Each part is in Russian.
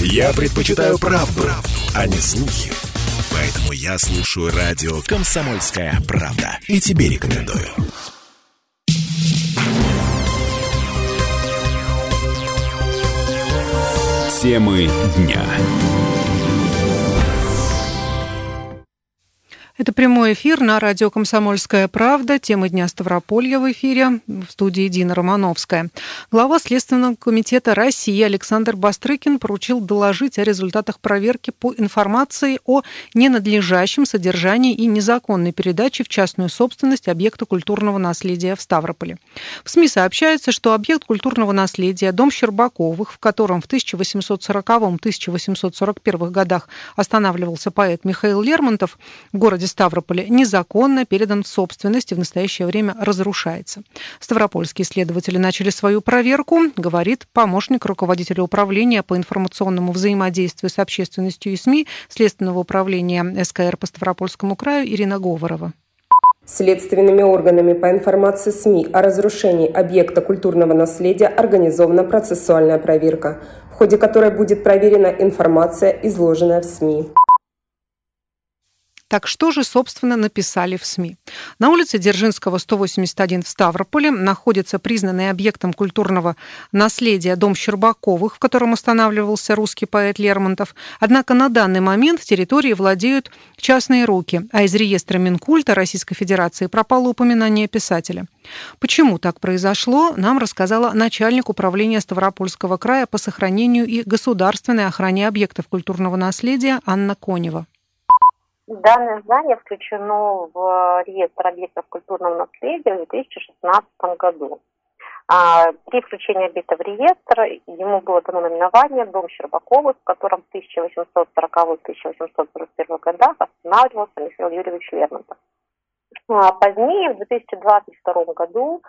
Я предпочитаю правду, а не слухи. Поэтому я слушаю радио «Комсомольская правда». И тебе рекомендую. Темы дня. Это прямой эфир на радио «Комсомольская правда». Темы дня Ставрополья в эфире. В студии Дина Романовская. Глава Следственного комитета России Александр Бастрыкин поручил доложить о результатах проверки по информации о ненадлежащем содержании и незаконной передаче в частную собственность объекта культурного наследия в Ставрополе. В СМИ сообщается, что объект культурного наследия, дом Щербаковых, в котором в 1840-1841 годах останавливался поэт Михаил Лермонтов, в городе Ставрополе незаконно передан в собственность и в настоящее время разрушается. Ставропольские следователи начали свою проверку, говорит помощник руководителя управления по информационному взаимодействию с общественностью и СМИ Следственного управления СКР по Ставропольскому краю Ирина Говорова. Следственными органами по информации СМИ о разрушении объекта культурного наследия организована процессуальная проверка, в ходе которой будет проверена информация, изложенная в СМИ. Так что же, собственно, написали в СМИ? На улице Дзержинского, 181 в Ставрополе находится признанный объектом культурного наследия дом Щербаковых, в котором останавливался русский поэт Лермонтов. Однако на данный момент территорией владеют частные руки, а из реестра Минкульта Российской Федерации пропало упоминание писателя. Почему так произошло, нам рассказала начальник управления Ставропольского края по сохранению и государственной охране объектов культурного наследия Анна Конева. Данное здание включено в реестр объектов культурного наследия в 2016 году. При включении объекта в реестр ему было дано наименование «Дом Щербаковых», в котором в 1840-1841 годах останавливался Михаил Юрьевич Лермонтов. Позднее, в 2022 году,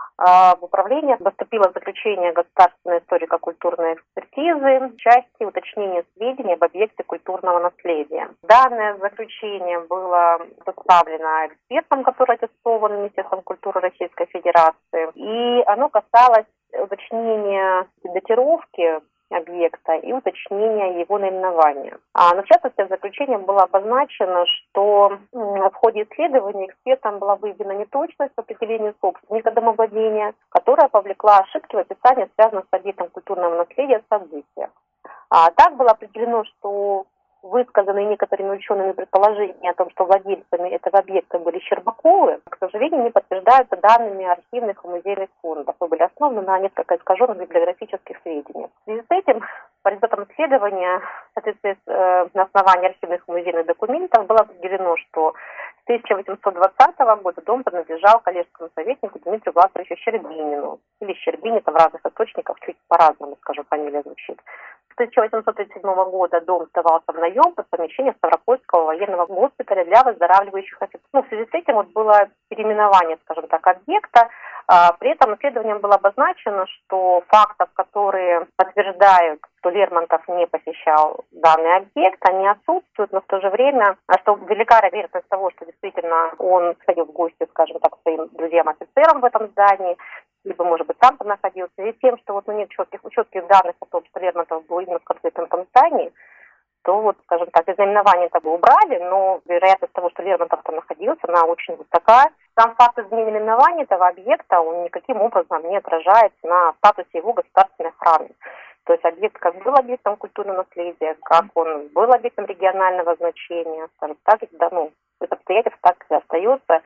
в управление поступило заключение государственной историко-культурной экспертизы в части уточнения сведений об объекте культурного наследия. Данное заключение было составлено экспертом, который аттестован Министерством культуры Российской Федерации, и оно касалось уточнения датировки объекта и уточнения его наименования. Но в частности в заключении было обозначено, что в ходе исследования экспертам была выявлена неточность в определении собственника домовладения, которая повлекла ошибки в описании связанных с объектом культурного наследия события. Так было определено, что высказанные некоторыми учеными предположения о том, что владельцами этого объекта были Щербаковы, к сожалению, не подтверждаются данными архивных и музейных фондов и были основаны на несколько искаженных библиографических сведениях. В связи с этим, по результатам исследования, на основании архивных и музейных документов было определено, что с 1820 года дом принадлежал коллежскому советнику Дмитрию Власовичу Щербинину, или Щербине, там в разных источниках чуть по-разному, скажем, фамилия звучит. С 1837 года дом сдавался в наем под помещение Ставропольского военного госпиталя для выздоравливающих офицеров. В связи с этим было переименование, скажем так, объекта. При этом исследованием было обозначено, что фактов, которые подтверждают, что Лермонтов не посещал данный объект, они отсутствуют, но в то же время, что велика вероятность того, что действительно он ходил в гости, скажем так, к своим друзьям-офицерам в этом здании, либо, может быть, сам там находился, и тем, что нет четких данных о том, что Лермонтов был именно в конкретном здании, то скажем так, из наименования бы убрали, но вероятность того, что Лермонтов там находился, она очень высока. Сам факт изменения наименования этого объекта, он никаким образом не отражается на статусе его государственной охраны. То есть объект как был объектом культурного наследия, как он был объектом регионального значения, скажем так, это обстоятельство так и остается,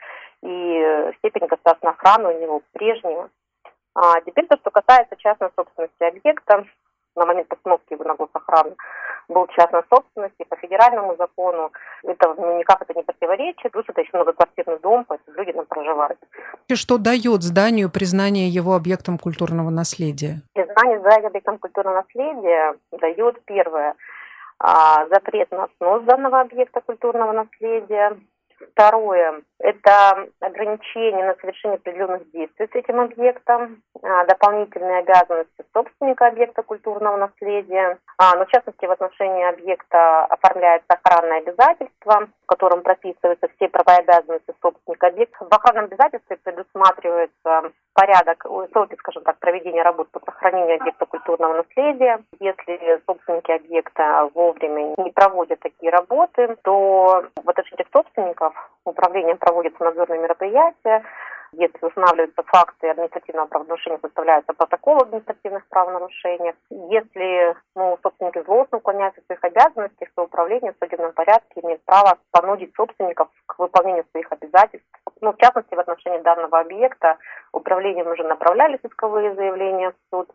и степень государственной охраны у него прежняя. Теперь то, что касается частной собственности объекта, на момент постановки его на госохрану был частной собственности по федеральному закону. Это никак не противоречит. Плюс это еще многоквартирный дом, поэтому люди там проживают. Что дает зданию признание его объектом культурного наследия? Признание здания объектом культурного наследия дает, первое, запрет на снос данного объекта культурного наследия. Второе – это ограничение на совершение определенных действий с этим объектом, дополнительные обязанности собственника объекта культурного наследия. Но в частности, в отношении объекта оформляется охранное обязательство, в котором прописываются все права и обязанности собственника объекта. В охранном обязательстве предусматривается порядок, сроки, скажем так, проведения работ по сохранению объекта культурного наследия. Если собственники объекта вовремя не проводят такие работы, то в отношении собственников управлением проводятся надзорные мероприятия. Если устанавливаются факты административного правонарушения, составляется протокол административных правонарушений. Если собственники злостно уклоняются от своих обязанностей, то управление в судебном порядке имеет право понудить собственников к выполнению своих обязательств. В частности, в отношении данного объекта управлением уже направлялись исковые заявления в суд,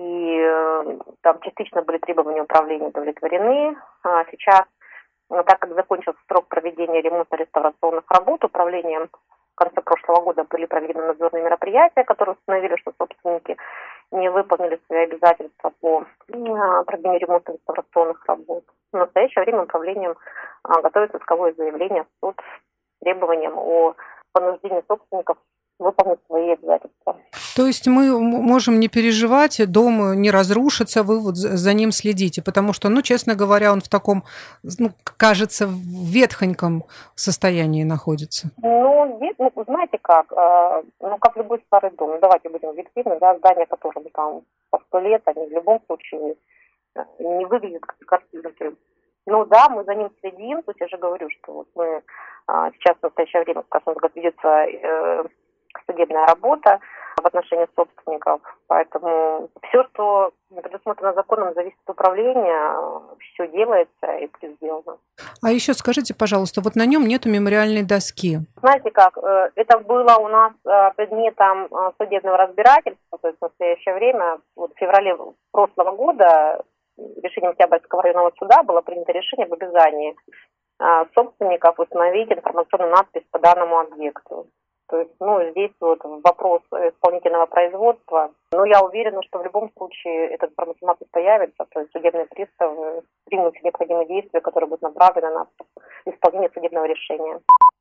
и там частично были требования управления удовлетворены. Сейчас, так как закончился срок проведения ремонтно-реставрационных работ, управлением в конце прошлого года были проведены надзорные мероприятия, которые установили, что собственники не выполнили свои обязательства по проведению ремонтно-реставрационных работ. В настоящее время управлением готовится исковое заявление в суд с требованием о понуждении собственников выполнить свои обязательства. То есть мы можем не переживать, дом не разрушится, вы вот за ним следите, потому что, честно говоря, он в таком, кажется, ветхоньком состоянии находится. Знаете как, как любой старый дом, давайте будем объективны, здания, которым там по 100 лет, они в любом случае не выглядят как картинки. Мы за ним следим, то есть я же говорю, что мы сейчас в настоящее время, как раз ведется судебная работа в отношении собственников, поэтому все, что предусмотрено законом, зависит от управления, все делается и будет сделано. А еще скажите, пожалуйста, вот на нем нету мемориальной доски. Знаете как, это было у нас предметом судебного разбирательства, то есть в настоящее время, в феврале прошлого года решением Октябрьского районного суда было принято решение об обязании собственников установить информационную надпись по данному объекту. То есть, здесь вопрос исполнительного производства. Я уверена, что в любом случае этот информационный надпись появится, то есть судебные приставы примут все необходимые действия, которые будут направлены на исполнение судебного решения.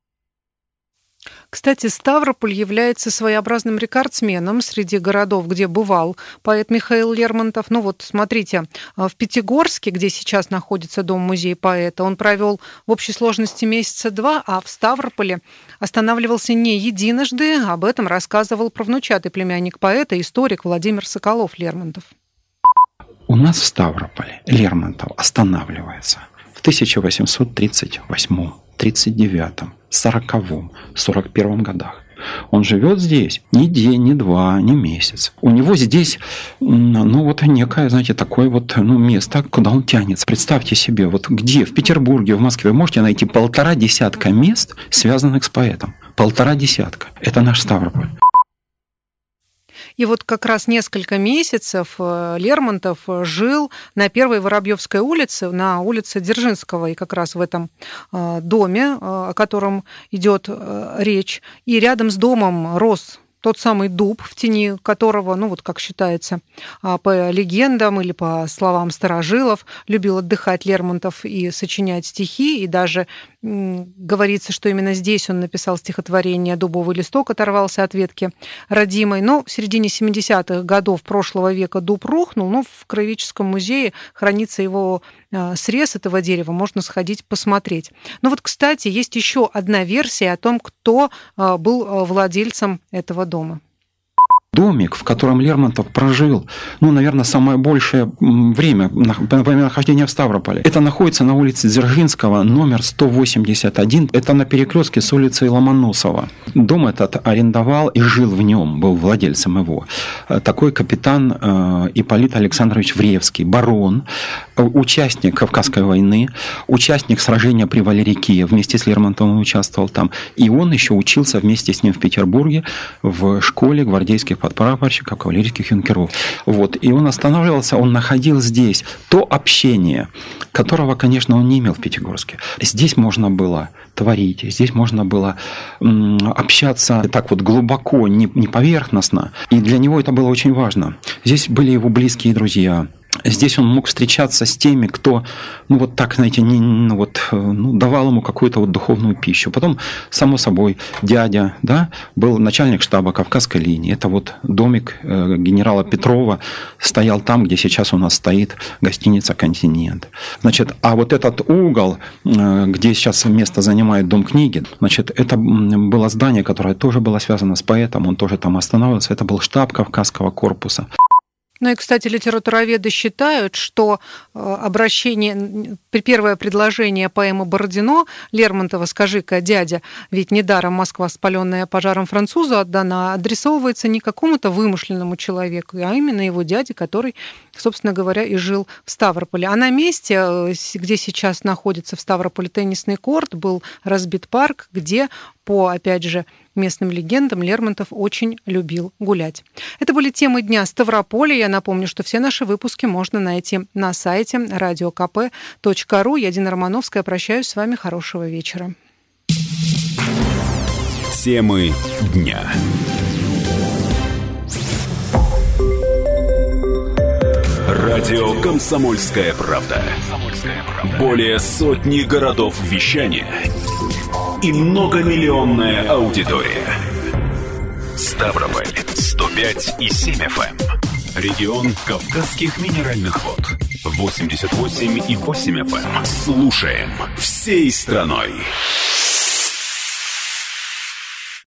Кстати, Ставрополь является своеобразным рекордсменом среди городов, где бывал поэт Михаил Лермонтов. Смотрите, в Пятигорске, где сейчас находится дом-музей поэта, он провел в общей сложности месяца 2, а в Ставрополе останавливался не единожды. Об этом рассказывал правнучатый племянник поэта, историк Владимир Соколов-Лермонтов. У нас в Ставрополе Лермонтов останавливается в 1838, 39, 40, 41 годах. Он живет здесь ни день, ни два, ни месяц. У него здесь, некое, такое место, куда он тянется. Представьте себе, где, в Петербурге, в Москве, вы можете найти 1,5 мест, связанных с поэтом. 1,5. Это наш Ставрополь. И как раз несколько месяцев Лермонтов жил на Первой Воробьевской улице, на улице Дзержинского, и как раз в этом доме, о котором идет речь. И рядом с домом рос тот самый дуб, в тени которого, как считается, по легендам или по словам старожилов, любил отдыхать Лермонтов и сочинять стихи, и даже говорится, что именно здесь он написал стихотворение «Дубовый листок оторвался от ветки родимой». Но в середине 70-х годов прошлого века дуб рухнул, но в Краеведческом музее хранится его срез этого дерева, можно сходить посмотреть. Кстати, есть еще одна версия о том, кто был владельцем этого дома. Домик, в котором Лермонтов прожил, наверное, самое большее время нахождения в Ставрополе. Это находится на улице Дзержинского, номер 181. Это на перекрестке с улицей Ломоносова. Дом этот арендовал и жил в нем, был владельцем его. Такой капитан Ипполит Александрович Вреевский, барон, участник Кавказской войны, участник сражения при Валерике. Вместе с Лермонтовым участвовал там. И он еще учился вместе с ним в Петербурге в школе гвардейских подпрапорщиков, кавалерийских юнкеров. И он останавливался, он находил здесь то общение, которого, конечно, он не имел в Пятигорске. Здесь можно было творить, здесь можно было общаться так глубоко, не поверхностно. И для него это было очень важно. Здесь были его близкие друзья. здесь он мог встречаться с теми, кто, вот так, знаете, давал ему какую-то вот духовную пищу. Потом, само собой, дядя, да, был начальник штаба Кавказской линии. Это вот домик генерала Петрова стоял там, где сейчас у нас стоит гостиница «Континент». Значит, а вот этот угол, где сейчас место занимает Дом книги, значит, это было здание, которое тоже было связано с поэтом, он тоже там останавливался. Это был штаб Кавказского корпуса. Ну и, кстати, литературоведы считают, что первое предложение поэмы Бородино Лермонтова «Скажи-ка, дядя, ведь недаром Москва, спаленная пожаром, французу отдана», адресовывается не какому-то вымышленному человеку, а именно его дяде, который, собственно говоря, и жил в Ставрополе. А на месте, где сейчас находится в Ставрополе теннисный корт, был разбит парк, где, по, опять же, местным легендам, Лермонтов очень любил гулять. Это были темы дня Ставрополя. Я напомню, что все наши выпуски можно найти на сайте radiokp.ru. Я, Дина Романовская, прощаюсь с вами. Хорошего вечера. Темы дня. Радио «Комсомольская правда». Более сотни городов вещания и многомиллионная аудитория. Ставрополь 105,7 FM. Регион Кавказских минеральных вод 88,8 FM. Слушаем всей страной.